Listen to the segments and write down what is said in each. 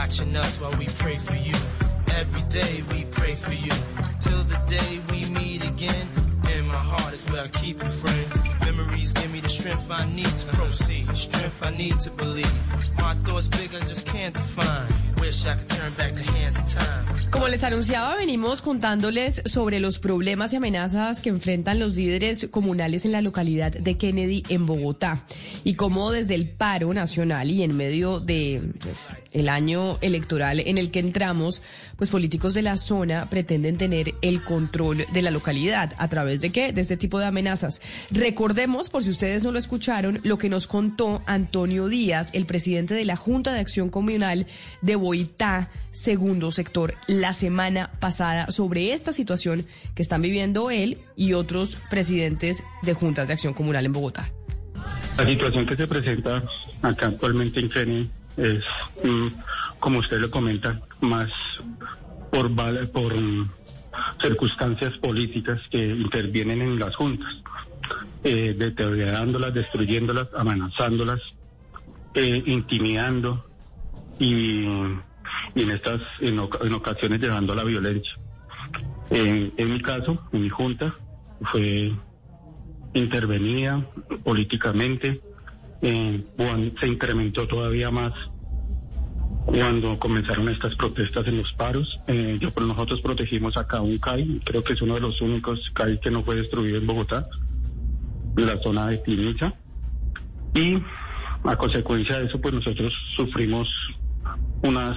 watching us while we pray for you. Every day we pray for you. Till the day we meet again. In my heart is where I keep you, friend. Memories give me the strength I need to proceed. Strength I need to believe. My thoughts big, I just can't define. Wish I could turn back the hands of time. Como les anunciaba, venimos contándoles sobre los problemas y amenazas que enfrentan los líderes comunales en la localidad de Kennedy, en Bogotá, y cómo desde el paro nacional y en medio de el año electoral en el que entramos, pues políticos de la zona pretenden tener el control de la localidad. ¿A través de qué? De este tipo de amenazas. Recordemos, por si ustedes no lo escucharon, lo que nos contó Antonio Díaz, el presidente de la Junta de Acción Comunal de Boitá, segundo sector, la semana pasada, sobre esta situación que están viviendo él y otros presidentes de juntas de acción comunal en Bogotá. La situación que se presenta acá actualmente en Kennedy es, como usted lo comenta, más por circunstancias políticas que intervienen en las juntas, deteriorándolas, destruyéndolas, amenazándolas, intimidando y en ocasiones llevando a la violencia. En mi caso, en mi junta, fue intervenida políticamente, se incrementó todavía más cuando comenzaron estas protestas en los paros. Nosotros protegimos acá un CAI, creo que es uno de los únicos CAI que no fue destruido en Bogotá, en la zona de Pinilla, y a consecuencia de eso, pues nosotros sufrimos una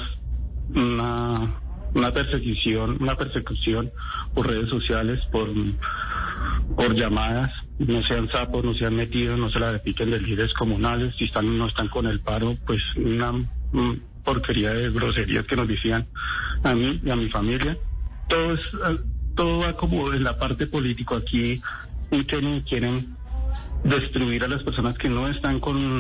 persecución por redes sociales, por llamadas. No sean sapos, no sean metidos, no se la repiquen de líderes comunales. Si no están con el paro, pues una porquería de groserías que nos decían a mí y a mi familia. Todo va como en la parte política. Aquí quieren destruir a las personas que no están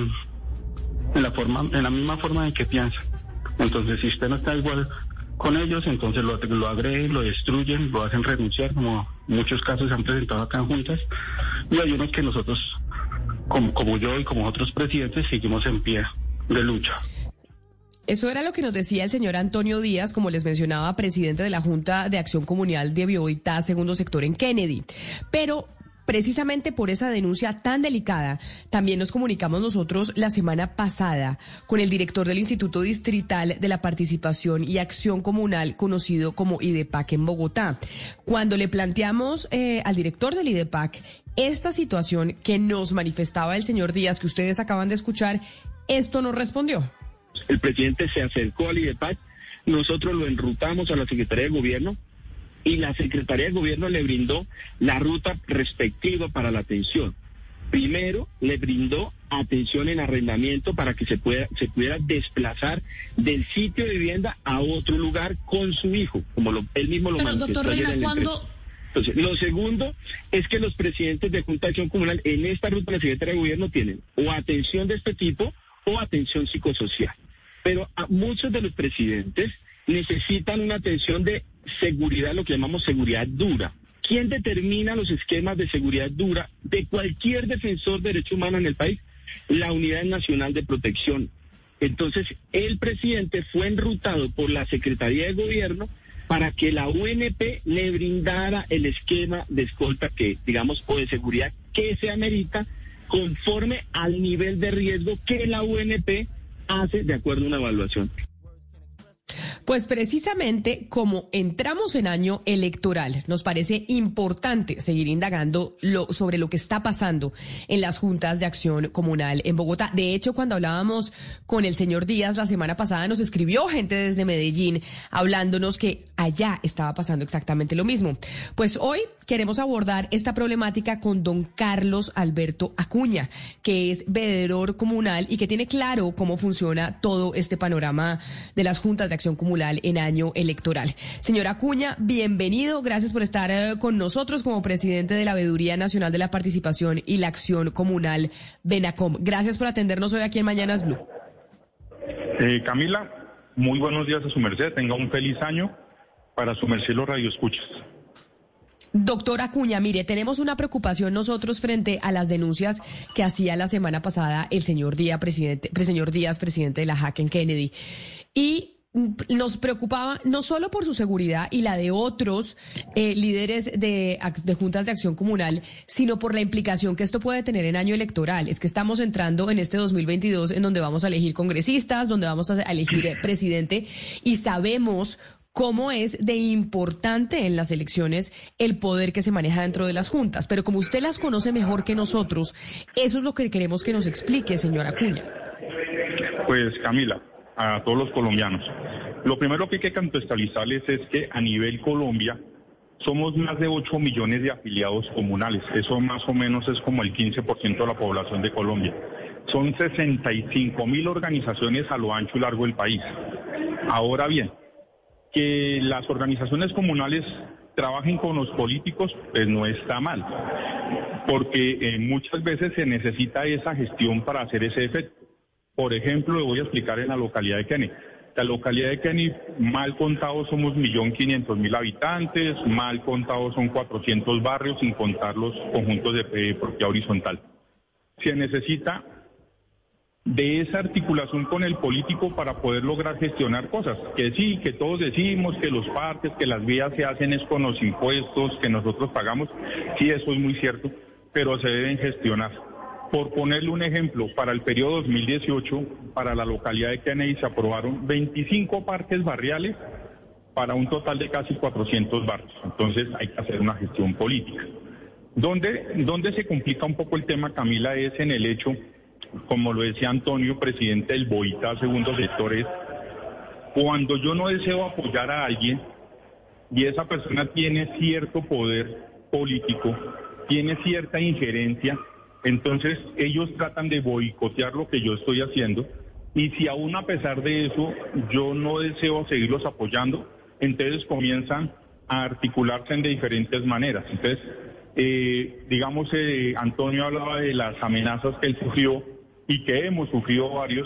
en la misma forma en que piensan. Entonces, si usted no está igual con ellos, entonces lo agreden, lo destruyen, lo hacen renunciar, como muchos casos se han presentado acá en juntas, y hay unos que nosotros, como yo y como otros presidentes, seguimos en pie de lucha. Eso era lo que nos decía el señor Antonio Díaz, como les mencionaba, presidente de la Junta de Acción Comunal de Boitá, segundo sector en Kennedy. Pero precisamente por esa denuncia tan delicada, también nos comunicamos nosotros la semana pasada con el director del Instituto Distrital de la Participación y Acción Comunal, conocido como IDEPAC en Bogotá. Cuando le planteamos al director del IDEPAC esta situación que nos manifestaba el señor Díaz, que ustedes acaban de escuchar, esto nos respondió. El presidente se acercó al IDEPAC, nosotros lo enrutamos a la Secretaría de Gobierno, y la Secretaría de Gobierno le brindó la ruta respectiva para la atención. Primero, le brindó atención en arrendamiento para que se pudiera desplazar del sitio de vivienda a otro lugar con su hijo, como él mismo lo manifestó. Pero, doctor Reina, ¿cuándo? Entonces, lo segundo es que los presidentes de Junta de Acción Comunal en esta ruta de la Secretaría de Gobierno tienen o atención de este tipo o atención psicosocial. Pero a muchos de los presidentes necesitan una atención de seguridad, lo que llamamos seguridad dura. ¿Quién determina los esquemas de seguridad dura de cualquier defensor de derechos humanos en el país? La Unidad Nacional de Protección. Entonces, el presidente fue enrutado por la Secretaría de Gobierno para que la UNP le brindara el esquema de escolta que, digamos, o de seguridad que se amerita conforme al nivel de riesgo que la UNP hace de acuerdo a una evaluación. Pues precisamente como entramos en año electoral, nos parece importante seguir indagando sobre lo que está pasando en las juntas de acción comunal en Bogotá. De hecho, cuando hablábamos con el señor Díaz la semana pasada, nos escribió gente desde Medellín hablándonos que allá estaba pasando exactamente lo mismo. Pues hoy queremos abordar esta problemática con don Carlos Alberto Acuña, que es veedor comunal y que tiene claro cómo funciona todo este panorama de las juntas de acción comunal en año electoral. Señor Acuña, bienvenido. Gracias por estar con nosotros como presidente de la Veeduría Nacional de la Participación y la Acción Comunal, VENACOM. Gracias por atendernos hoy aquí en Mañanas Blue. Camila, muy buenos días a su merced. Tenga un feliz año para su merced los radioescuchas. Doctor Acuña, mire, tenemos una preocupación nosotros frente a las denuncias que hacía la semana pasada el señor Díaz, presidente de la JAC en Kennedy. Y nos preocupaba no solo por su seguridad y la de otros líderes de juntas de acción comunal, sino por la implicación que esto puede tener en año electoral. Es que estamos entrando en este 2022 en donde vamos a elegir congresistas, donde vamos a elegir presidente, y sabemos cómo es de importante en las elecciones el poder que se maneja dentro de las juntas. Pero como usted las conoce mejor que nosotros, eso es lo que queremos que nos explique, señora Acuña. Pues, Camila, a todos los colombianos, lo primero que hay que contextualizarles es que a nivel Colombia somos más de 8 millones de afiliados comunales. Eso más o menos es como el 15% de la población de Colombia. Son 65.000 organizaciones a lo ancho y largo del país. Ahora bien, que las organizaciones comunales trabajen con los políticos, pues no está mal, porque muchas veces se necesita esa gestión para hacer ese efecto. Por ejemplo, le voy a explicar en la localidad de Kennedy. La localidad de Kennedy, mal contados somos 1.500.000 habitantes, mal contados son 400 barrios, sin contar los conjuntos de propiedad horizontal. Se necesita de esa articulación con el político para poder lograr gestionar cosas. Que sí, que todos decimos que los parques, que las vías se hacen es con los impuestos que nosotros pagamos. Sí, eso es muy cierto, pero se deben gestionar. Por ponerle un ejemplo, para el periodo 2018, para la localidad de Kennedy se aprobaron 25 parques barriales para un total de casi 400 barrios. Entonces hay que hacer una gestión política. Donde se complica un poco el tema, Camila, es en el hecho, como lo decía Antonio, presidente del BOITA, segundo sector, es cuando yo no deseo apoyar a alguien y esa persona tiene cierto poder político, tiene cierta injerencia, entonces ellos tratan de boicotear lo que yo estoy haciendo, y si aún a pesar de eso yo no deseo seguirlos apoyando, entonces comienzan a articularse de diferentes maneras. Entonces, Antonio hablaba de las amenazas que él sufrió y que hemos sufrido varios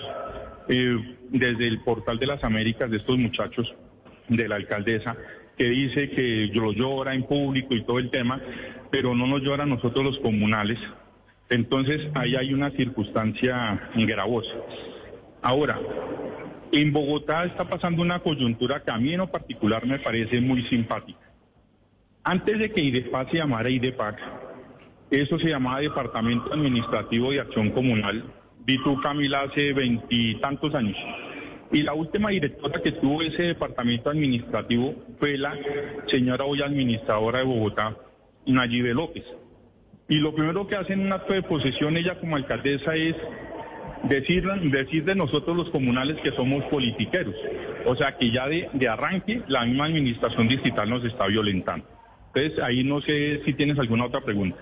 desde el Portal de las Américas, de estos muchachos de la alcaldesa, que dice que lo llora en público y todo el tema, pero no nos llora a nosotros los comunales. Entonces, ahí hay una circunstancia gravosa. Ahora, en Bogotá está pasando una coyuntura que a mí en lo particular me parece muy simpática. Antes de que IDEPAC se llamara IDEPAC, eso se llamaba Departamento Administrativo de Acción Comunal. Vi tú, Camila, hace 20 y tantos años. Y la última directora que tuvo ese departamento administrativo fue la señora hoy administradora de Bogotá, Nayibe López. Y lo primero que hace en un acto de posesión ella como alcaldesa es decir de nosotros los comunales que somos politiqueros. O sea que ya de arranque la misma administración distrital nos está violentando. Entonces ahí no sé si tienes alguna otra pregunta.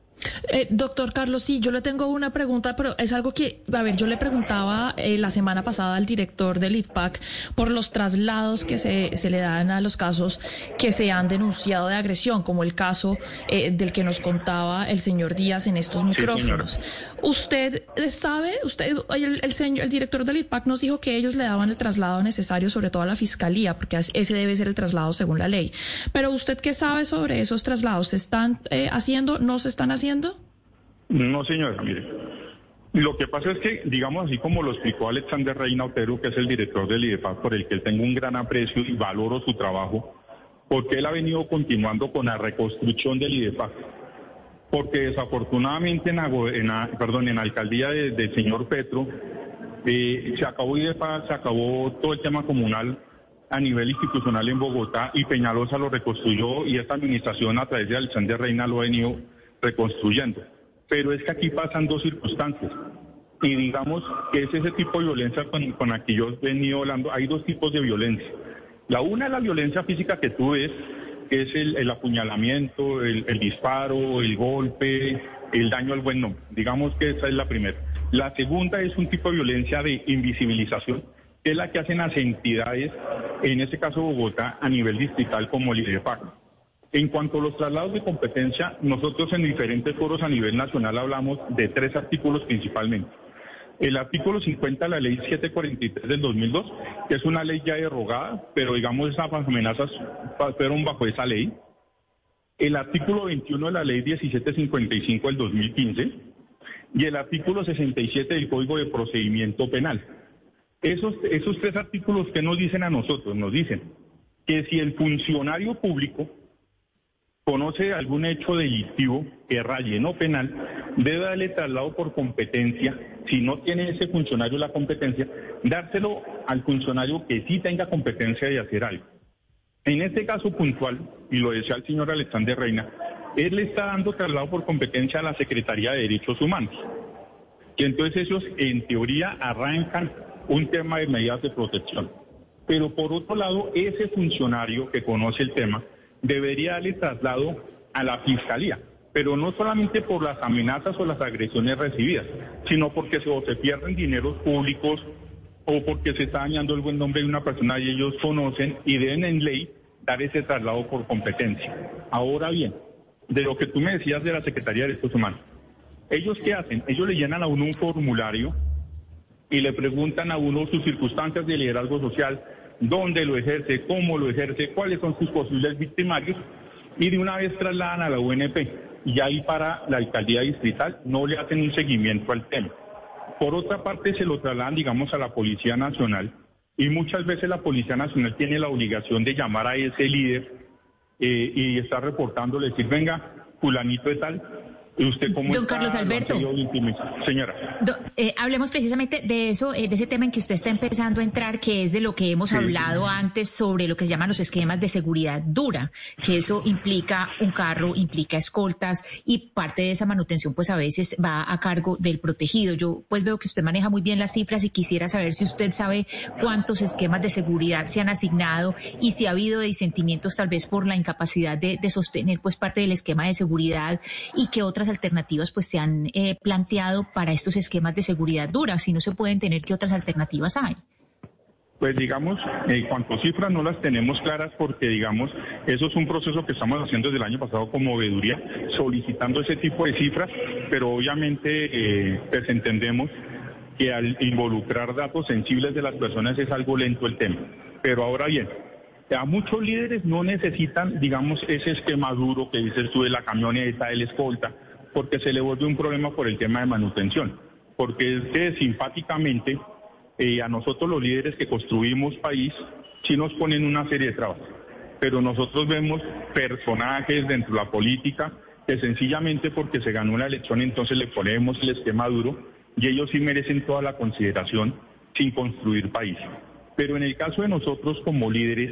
Doctor Carlos, sí, yo le tengo una pregunta, pero es algo que, yo le preguntaba la semana pasada al director del IDPAC por los traslados que se le dan a los casos que se han denunciado de agresión, como el caso del que nos contaba el señor Díaz en estos micrófonos. Sí, usted sabe, el director del IDPAC nos dijo que ellos le daban el traslado necesario, sobre todo a la fiscalía, porque ese debe ser el traslado según la ley. Pero ¿usted qué sabe sobre esos traslados? ¿Se están haciendo? ¿No se están haciendo? No, señora, mire. Lo que pasa es que, digamos así como lo explicó Alexander Reina Otero, que es el director del IDEPAC, por el que tengo un gran aprecio y valoro su trabajo, porque él ha venido continuando con la reconstrucción del IDEPAC. Porque desafortunadamente en la alcaldía del señor Petro, se acabó IDEPAC, se acabó todo el tema comunal a nivel institucional en Bogotá, y Peñalosa lo reconstruyó, y esta administración a través de Alexander Reina lo ha venido reconstruyendo. Pero es que aquí pasan dos circunstancias, y digamos que es ese tipo de violencia con la que yo he venido hablando. Hay dos tipos de violencia. La una es la violencia física que tú ves, que es el apuñalamiento, el disparo, el golpe, el daño al buen nombre. Digamos que esa es la primera. La segunda es un tipo de violencia de invisibilización, que es la que hacen las entidades, en este caso Bogotá, a nivel distrital como el IDEPAC. En cuanto a los traslados de competencia, nosotros en diferentes foros a nivel nacional hablamos de 3 artículos principalmente. El artículo 50 de la ley 743 del 2002, que es una ley ya derogada, pero digamos esas amenazas fueron bajo esa ley. El artículo 21 de la ley 1755 del 2015 y el artículo 67 del Código de Procedimiento Penal. Esos 3 artículos que nos dicen a nosotros, nos dicen que si el funcionario público conoce algún hecho delictivo que raye no penal, debe darle traslado por competencia. Si no tiene ese funcionario la competencia, dárselo al funcionario que sí tenga competencia de hacer algo. En este caso puntual, y lo decía el señor Alexander Reina, él le está dando traslado por competencia a la Secretaría de Derechos Humanos. Y entonces ellos, en teoría, arrancan un tema de medidas de protección. Pero por otro lado, ese funcionario que conoce el tema debería darle traslado a la Fiscalía, pero no solamente por las amenazas o las agresiones recibidas, sino porque se pierden dineros públicos o porque se está dañando el buen nombre de una persona y ellos conocen y deben en ley dar ese traslado por competencia. Ahora bien, de lo que tú me decías de la Secretaría de Derechos Humanos, ¿ellos qué hacen? Ellos le llenan a uno un formulario y le preguntan a uno sus circunstancias de liderazgo social, dónde lo ejerce, cómo lo ejerce, cuáles son sus posibles victimarios, y de una vez trasladan a la UNP. Y ahí para la alcaldía distrital no le hacen un seguimiento al tema. Por otra parte, se lo trasladan, digamos, a la Policía Nacional, y muchas veces la Policía Nacional tiene la obligación de llamar a ese líder y estar reportándole, decir, venga, fulanito de tal, ¿usted cómo Don está? Carlos Alberto. Señora. Hablemos precisamente de eso, de ese tema en que usted está empezando a entrar, que es de lo que hemos hablado antes sobre lo que se llaman los esquemas de seguridad dura, que eso implica un carro, implica escoltas y parte de esa manutención pues a veces va a cargo del protegido. Yo pues veo que usted maneja muy bien las cifras y quisiera saber si usted sabe cuántos esquemas de seguridad se han asignado y si ha habido disentimientos tal vez por la incapacidad de sostener pues parte del esquema de seguridad y qué otras alternativas pues se han planteado para estos esquemas de seguridad dura. Si no se pueden tener, ¿qué otras alternativas hay? Pues digamos, en cuanto a cifras no las tenemos claras porque digamos, eso es un proceso que estamos haciendo desde el año pasado como veeduría, solicitando ese tipo de cifras, pero obviamente pues entendemos que al involucrar datos sensibles de las personas es algo lento el tema. Pero ahora bien, a muchos líderes no necesitan, digamos, ese esquema duro que dices tú de la camioneta, de la escolta, porque se le vuelve un problema por el tema de manutención. Porque es que simpáticamente a nosotros los líderes que construimos país sí nos ponen una serie de trabas. Pero nosotros vemos personajes dentro de la política que sencillamente porque se ganó una elección entonces le ponemos el esquema duro y ellos sí merecen toda la consideración sin construir país. Pero en el caso de nosotros como líderes,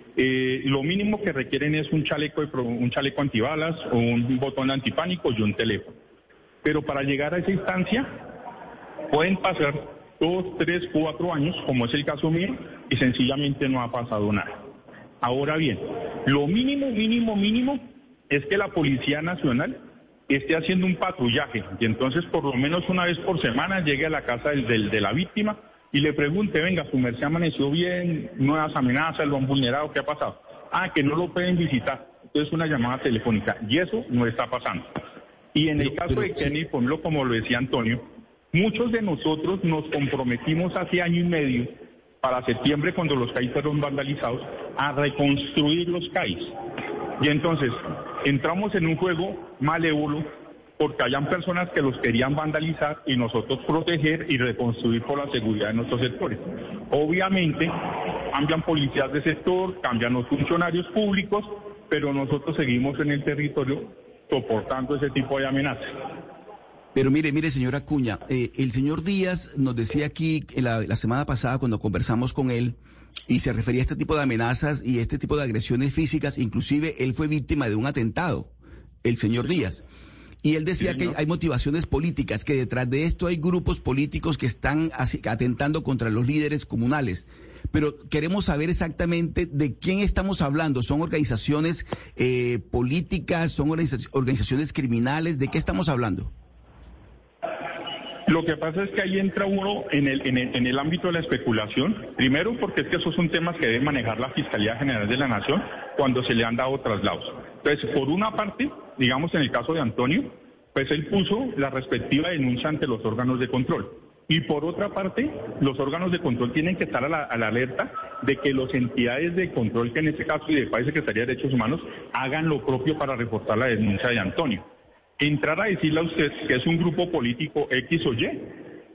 lo mínimo que requieren es un chaleco antibalas o un botón antipánico y un teléfono. Pero para llegar a esa instancia pueden pasar 2, 3, 4 años, como es el caso mío, y sencillamente no ha pasado nada. Ahora bien, lo mínimo es que la Policía Nacional esté haciendo un patrullaje y entonces por lo menos una vez por semana llegue a la casa de la víctima y le pregunte, venga, su merced amaneció bien, nuevas amenazas, lo han vulnerado, ¿qué ha pasado? Que no lo pueden visitar. Entonces una llamada telefónica y eso no está pasando. Y en el caso de Kenny, por ejemplo, como lo decía Antonio, muchos de nosotros nos comprometimos hace año y medio, para septiembre, cuando los CAIs fueron vandalizados, a reconstruir los CAIs. Y entonces entramos en un juego malévolo porque hayan personas que los querían vandalizar y nosotros proteger y reconstruir por la seguridad de nuestros sectores. Obviamente cambian policías de sector, cambian los funcionarios públicos, pero nosotros seguimos en el territorio soportando ese tipo de amenazas. Pero mire, señora Acuña, el señor Díaz nos decía aquí la semana pasada cuando conversamos con él y se refería a este tipo de amenazas y este tipo de agresiones físicas, inclusive él fue víctima de un atentado, el señor Díaz. Y él decía que hay motivaciones políticas, que detrás de esto hay grupos políticos que están atentando contra los líderes comunales. Pero queremos saber exactamente de quién estamos hablando. ¿Son organizaciones políticas? ¿Son organizaciones criminales? ¿De qué estamos hablando? Lo que pasa es que ahí entra uno en el ámbito de la especulación, primero porque es que esos son temas que debe manejar la Fiscalía General de la Nación cuando se le han dado traslados. Entonces, por una parte, digamos en el caso de Antonio, pues él puso la respectiva denuncia ante los órganos de control. Y por otra parte, los órganos de control tienen que estar a la alerta de que las entidades de control, que en este caso y de la Secretaría de Derechos Humanos, hagan lo propio para reforzar la denuncia de Antonio. Entrar a decirle a usted que es un grupo político X o Y,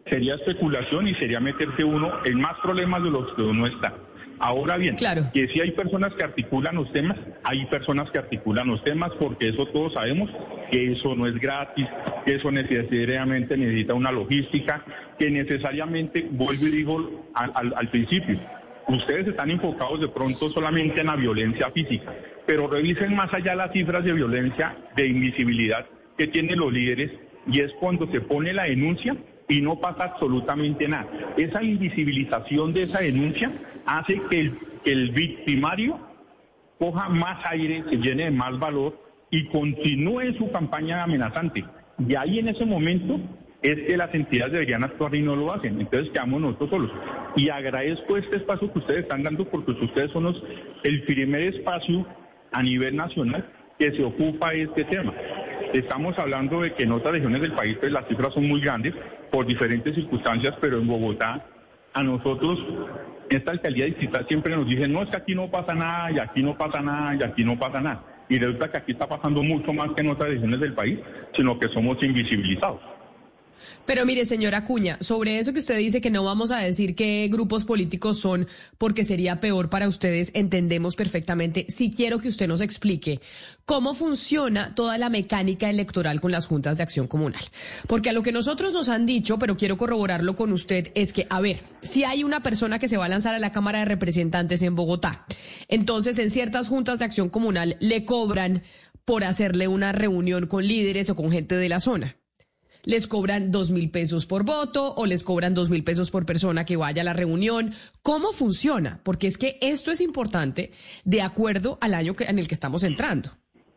sería especulación y sería meterse uno en más problemas de los que uno está. Ahora bien, claro, que si hay personas que articulan los temas, hay personas que articulan los temas, porque eso todos sabemos que eso no es gratis, que eso necesariamente necesita una logística, que necesariamente, vuelvo y digo al principio, ustedes están enfocados de pronto solamente en la violencia física, pero revisen más allá las cifras de violencia, de invisibilidad que tienen los líderes, y es cuando se pone la denuncia y no pasa absolutamente nada. Esa invisibilización de esa denuncia hace que el victimario coja más aire, se llene de más valor y continúe su campaña amenazante. Y ahí en ese momento es que las entidades deberían actuar y no lo hacen. Entonces quedamos nosotros solos. Y agradezco este espacio que ustedes están dando porque ustedes son el primer espacio a nivel nacional que se ocupa de este tema. Estamos hablando de que en otras regiones del país pues, las cifras son muy grandes por diferentes circunstancias, pero en Bogotá a nosotros, esta alcaldía distrital siempre nos dice, no, es que aquí no pasa nada, y aquí no pasa nada, y aquí no pasa nada. Y resulta que aquí está pasando mucho más que en otras regiones del país, sino que somos invisibilizados. Pero mire, señora Acuña, sobre eso que usted dice que no vamos a decir qué grupos políticos son porque sería peor para ustedes, entendemos perfectamente. Sí quiero que usted nos explique cómo funciona toda la mecánica electoral con las juntas de acción comunal. Porque a lo que nosotros nos han dicho, pero quiero corroborarlo con usted, es que, a ver, si hay una persona que se va a lanzar a la Cámara de Representantes en Bogotá, entonces en ciertas juntas de acción comunal le cobran por hacerle una reunión con líderes o con gente de la zona. Les cobran 2.000 pesos por voto o les cobran 2.000 pesos por persona que vaya a la reunión. ¿Cómo funciona? Porque es que esto es importante de acuerdo al año en el que estamos entrando.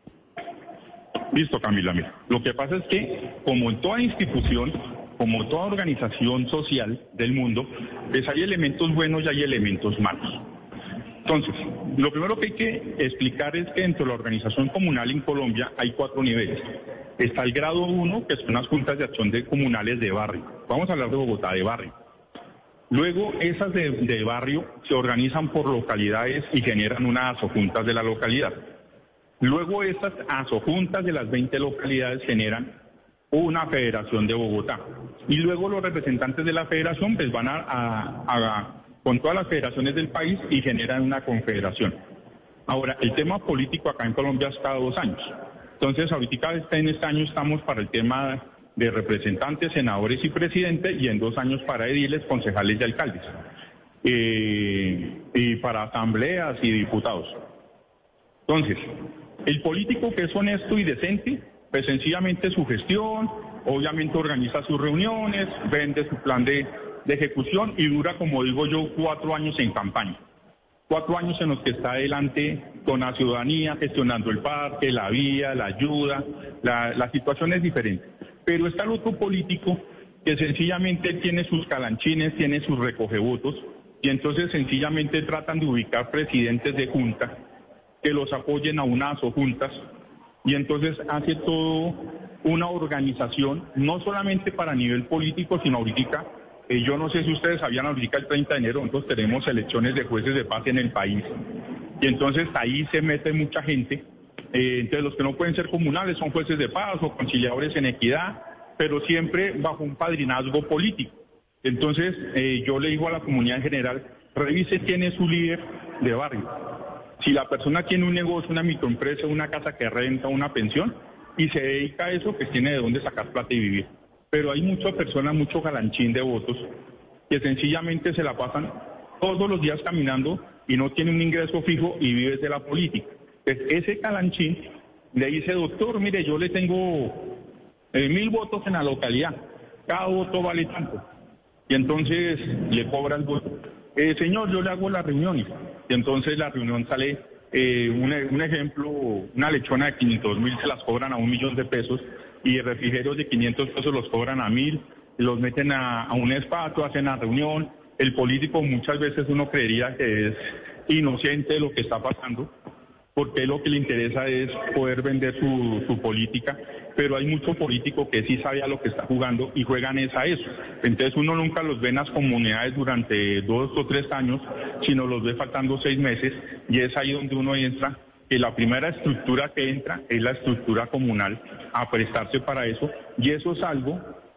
Listo, Camila. Mira, lo que pasa es que, como en toda institución, como toda organización social del mundo, pues hay elementos buenos y hay elementos malos. Entonces, lo primero que hay que explicar es que dentro de la organización comunal en Colombia hay 4 niveles. Está el grado 1, que son las juntas de acción comunales de barrio. Vamos a hablar de Bogotá, de barrio. Luego, esas de barrio se organizan por localidades y generan unas asojuntas de la localidad. Luego, esas asojuntas de las 20 localidades generan una federación de Bogotá. Y luego los representantes de la federación pues van con todas las federaciones del país y generan una confederación. Ahora, el tema político acá en Colombia es cada 2 años. Entonces, ahorita en este año estamos para el tema de representantes, senadores y presidentes, y en 2 años para ediles, concejales y alcaldes. Y para asambleas y diputados. Entonces, el político que es honesto y decente, pues sencillamente su gestión, obviamente organiza sus reuniones, vende su plan de ejecución y dura, como digo yo, 4 años en campaña. 4 años en los que está adelante con la ciudadanía, gestionando el parque, la vía, la ayuda, la situación es diferente. Pero está el otro político que sencillamente tiene sus calanchines, tiene sus recogevotos, y entonces sencillamente tratan de ubicar presidentes de junta que los apoyen a unas o juntas, y entonces hace todo una organización, no solamente para nivel político, sino ahorita. Yo no sé si ustedes sabían, ahorita el 30 de enero nosotros tenemos elecciones de jueces de paz en el país. Y entonces ahí se mete mucha gente. Entonces los que no pueden ser comunales son jueces de paz o conciliadores en equidad, pero siempre bajo un padrinazgo político. Entonces yo le digo a la comunidad en general, revise quién es su líder de barrio. Si la persona tiene un negocio, una microempresa, una casa que renta, una pensión, y se dedica a eso, pues tiene de dónde sacar plata y vivir. Pero hay muchas personas, mucho galanchín de votos, que sencillamente se la pasan todos los días caminando y no tienen un ingreso fijo y vive de la política. Pues ese galanchín le dice, doctor, mire, yo le tengo 1.000 votos en la localidad, cada voto vale tanto. Y entonces le cobra el voto. Señor, yo le hago las reuniones. Y entonces la reunión sale, un ejemplo, una lechona de 500.000 se las cobran a 1.000.000 de pesos. Y refrigerios de 500 pesos los cobran a 1.000, los meten a un espacio, hacen la reunión. El político muchas veces uno creería que es inocente de lo que está pasando, porque lo que le interesa es poder vender su política, pero hay mucho político que sí sabe a lo que está jugando y juegan es a eso. Entonces uno nunca los ve en las comunidades durante 2 o 3 años, sino los ve faltando 6 meses, y es ahí donde uno entra, que la primera estructura que entra es la estructura comunal a prestarse para eso, y eso es algo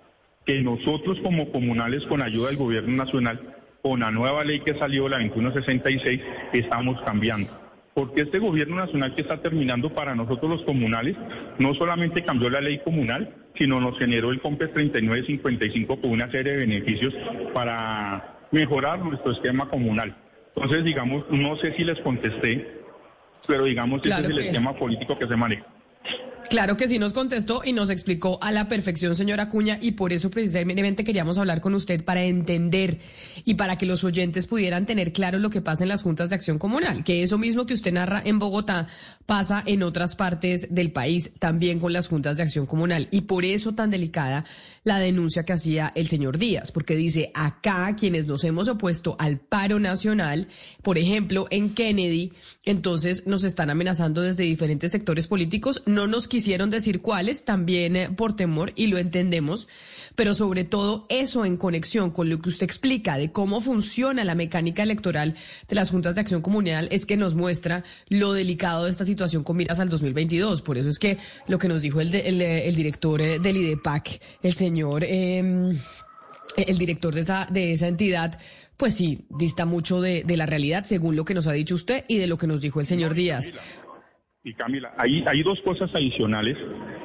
que nosotros como comunales, con ayuda del gobierno nacional, con la nueva ley que salió, la 2166, estamos cambiando. Porque este gobierno nacional que está terminando para nosotros los comunales, no solamente cambió la ley comunal, sino nos generó el COMPES 3955 con una serie de beneficios para mejorar nuestro esquema comunal. Entonces, digamos, no sé si les contesté, pero digamos, claro, ese es el esquema político que se maneja. Claro que sí nos contestó y nos explicó a la perfección, señora Acuña, y por eso precisamente queríamos hablar con usted para entender y para que los oyentes pudieran tener claro lo que pasa en las juntas de acción comunal, que eso mismo que usted narra en Bogotá pasa en otras partes del país también con las juntas de acción comunal. Y por eso tan delicada la denuncia que hacía el señor Díaz, porque dice, acá quienes nos hemos opuesto al paro nacional, por ejemplo, en Kennedy, entonces nos están amenazando desde diferentes sectores políticos, no nos quisieron decir cuáles, también por temor, y lo entendemos, pero sobre todo eso en conexión con lo que usted explica de cómo funciona la mecánica electoral de las juntas de acción comunal es que nos muestra lo delicado de esta situación con miras al 2022. Por eso es que lo que nos dijo el director del IDEPAC, el señor, el director de esa entidad, pues sí, dista mucho de la realidad, según lo que nos ha dicho usted y de lo que nos dijo el señor Díaz. Y Camila, hay dos cosas adicionales.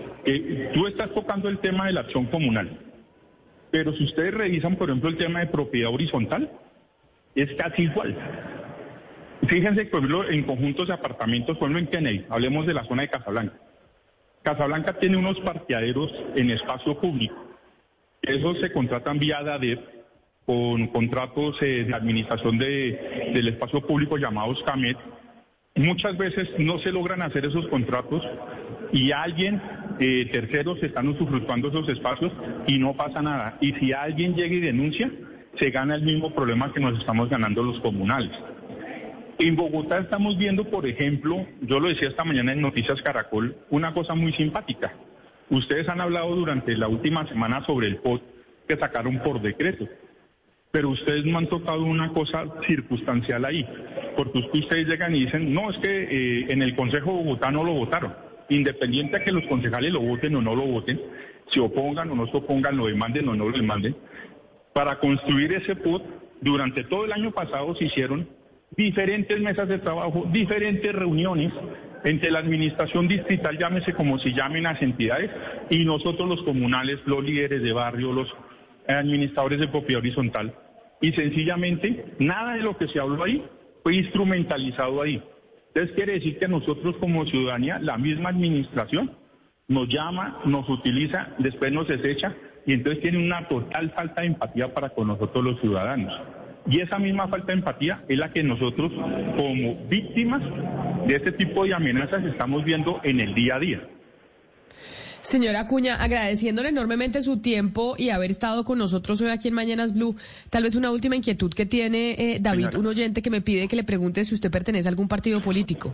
Tú estás tocando el tema de la acción comunal, pero si ustedes revisan, por ejemplo, el tema de propiedad horizontal, es casi igual. Fíjense, por ejemplo, en conjuntos de apartamentos, por ejemplo, en Kennedy, hablemos de la zona de Casablanca. Casablanca tiene unos parqueaderos en espacio público. Esos se contratan vía DADEP con contratos de administración del espacio público llamados CAMET. Muchas veces no se logran hacer esos contratos y alguien, terceros, están usufructuando esos espacios y no pasa nada. Y si alguien llega y denuncia, se gana el mismo problema que nos estamos ganando los comunales. En Bogotá estamos viendo, por ejemplo, yo lo decía esta mañana en Noticias Caracol, una cosa muy simpática. Ustedes han hablado durante la última semana sobre el POT que sacaron por decreto, pero ustedes no han tocado una cosa circunstancial ahí, porque ustedes llegan y dicen, no, es que en el Consejo de Bogotá no lo votaron, independiente de que los concejales lo voten o no lo voten, se opongan o no se opongan, lo demanden o no lo demanden. Para construir ese POT, durante todo el año pasado se hicieron diferentes mesas de trabajo, diferentes reuniones entre la administración distrital, llámese como se llamen las entidades, y nosotros los comunales, los líderes de barrio, los administradores de propiedad horizontal, y sencillamente nada de lo que se habló ahí fue instrumentalizado ahí. Entonces quiere decir que nosotros como ciudadanía, la misma administración nos llama, nos utiliza, después nos desecha, y entonces tiene una total falta de empatía para con nosotros los ciudadanos. Y esa misma falta de empatía es la que nosotros como víctimas de este tipo de amenazas estamos viendo en el día a día. Señora Acuña, agradeciéndole enormemente su tiempo y haber estado con nosotros hoy aquí en Mañanas Blue, tal vez una última inquietud que tiene David, señora, un oyente que me pide que le pregunte si usted pertenece a algún partido político.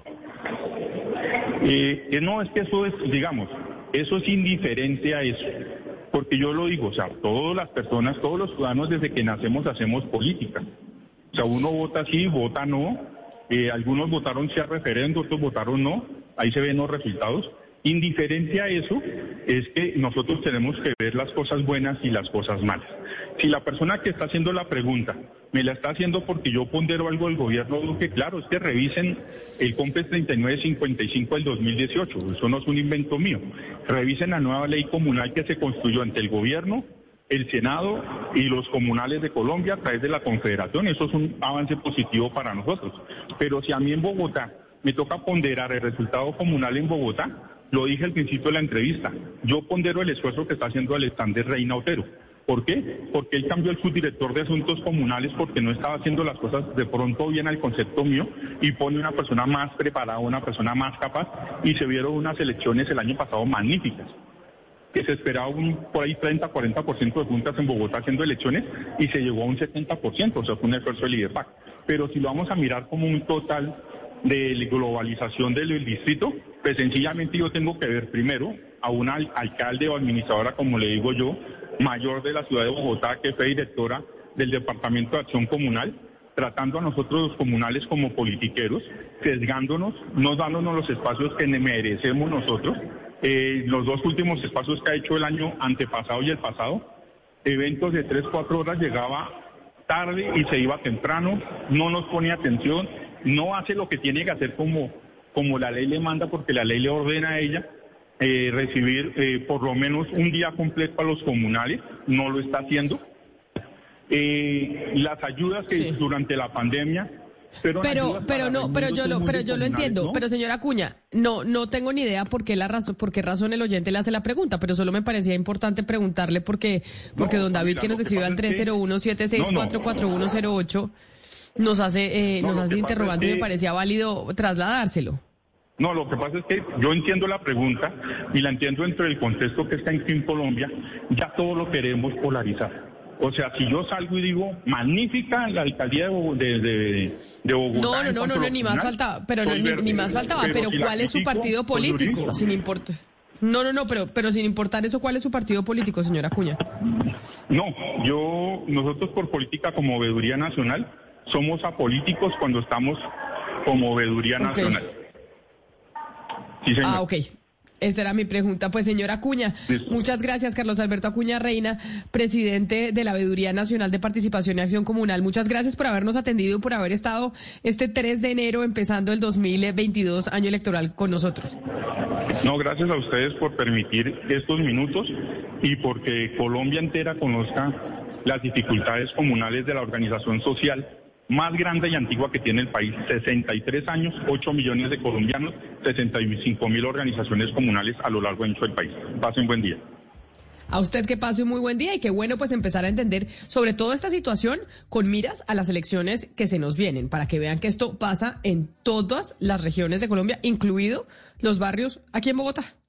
No, es que eso es, digamos, eso es indiferente a eso. Porque yo lo digo, o sea, todas las personas, todos los ciudadanos desde que nacemos hacemos política. O sea, uno vota sí, vota no. Algunos votaron sí al referendo, otros votaron no. Ahí se ven los resultados. Indiferente a eso es que nosotros tenemos que ver las cosas buenas y las cosas malas. Si la persona que está haciendo la pregunta me la está haciendo porque yo pondero algo del gobierno Duque, claro, es que revisen el COMPES 3955 del 2018, eso no es un invento mío. Revisen la nueva ley comunal que se construyó ante el gobierno, el Senado y los comunales de Colombia a través de la Confederación, eso es un avance positivo para nosotros. Pero si a mí en Bogotá me toca ponderar el resultado comunal en Bogotá, lo dije al principio de la entrevista, yo pondero el esfuerzo que está haciendo Alexander Reina Otero. ¿Por qué? Porque él cambió el subdirector de asuntos comunales porque no estaba haciendo las cosas de pronto bien al concepto mío y pone una persona más preparada, una persona más capaz, y se vieron unas elecciones el año pasado magníficas, que se esperaba por ahí 30-40% de juntas en Bogotá haciendo elecciones y se llegó a un 70%, o sea, fue un esfuerzo del IDEPAC. Pero si lo vamos a mirar como un total de globalización del distrito, pues sencillamente yo tengo que ver primero a una alcalde o administradora, como le digo yo, mayor de la ciudad de Bogotá, que fue directora del Departamento de Acción Comunal, tratando a nosotros los comunales como politiqueros, sesgándonos, no dándonos los espacios que merecemos nosotros. Los dos últimos espacios que ha hecho el año antepasado y el pasado, eventos de 3, 4 horas llegaba tarde y se iba temprano, no nos pone atención, no hace lo que tiene que hacer como la ley le manda, porque la ley le ordena a ella recibir por lo menos un día completo a los comunales, no lo está haciendo. Las ayudas que durante la pandemia... Pero yo lo entiendo, ¿no? Pero señora Acuña, no tengo ni idea por qué razón el oyente le hace la pregunta, pero solo me parecía importante preguntarle porque don David, que nos escribe al 301-764-4108, nos hace interrogante y me parecía válido trasladárselo. No, lo que pasa es que yo entiendo la pregunta y la entiendo dentro del contexto que está en Colombia, ya todo lo queremos polarizar. O sea, si yo salgo y digo, magnífica la alcaldía de Bogotá. No, ni más faltaba, pero ¿cuál es su partido político? Sin importar. Pero sin importar eso, ¿cuál es su partido político, señora Acuña? No, nosotros por política como Veeduría Nacional, somos apolíticos cuando estamos como Veeduría Nacional. Sí, señor. Ok. Esa era mi pregunta. Pues, señora Acuña, muchas gracias. Carlos Alberto Acuña Reina, presidente de la Veeduría Nacional de Participación y Acción Comunal. Muchas gracias por habernos atendido y por haber estado este 3 de enero, empezando el 2022, año electoral, con nosotros. No, gracias a ustedes por permitir estos minutos y porque Colombia entera conozca las dificultades comunales de la organización social más grande y antigua que tiene el país, 63 años, 8 millones de colombianos, 65.000 organizaciones comunales a lo largo y ancho del país. Pase un buen día. A usted que pase un muy buen día y qué bueno pues empezar a entender sobre todo esta situación con miras a las elecciones que se nos vienen, para que vean que esto pasa en todas las regiones de Colombia, incluido los barrios aquí en Bogotá.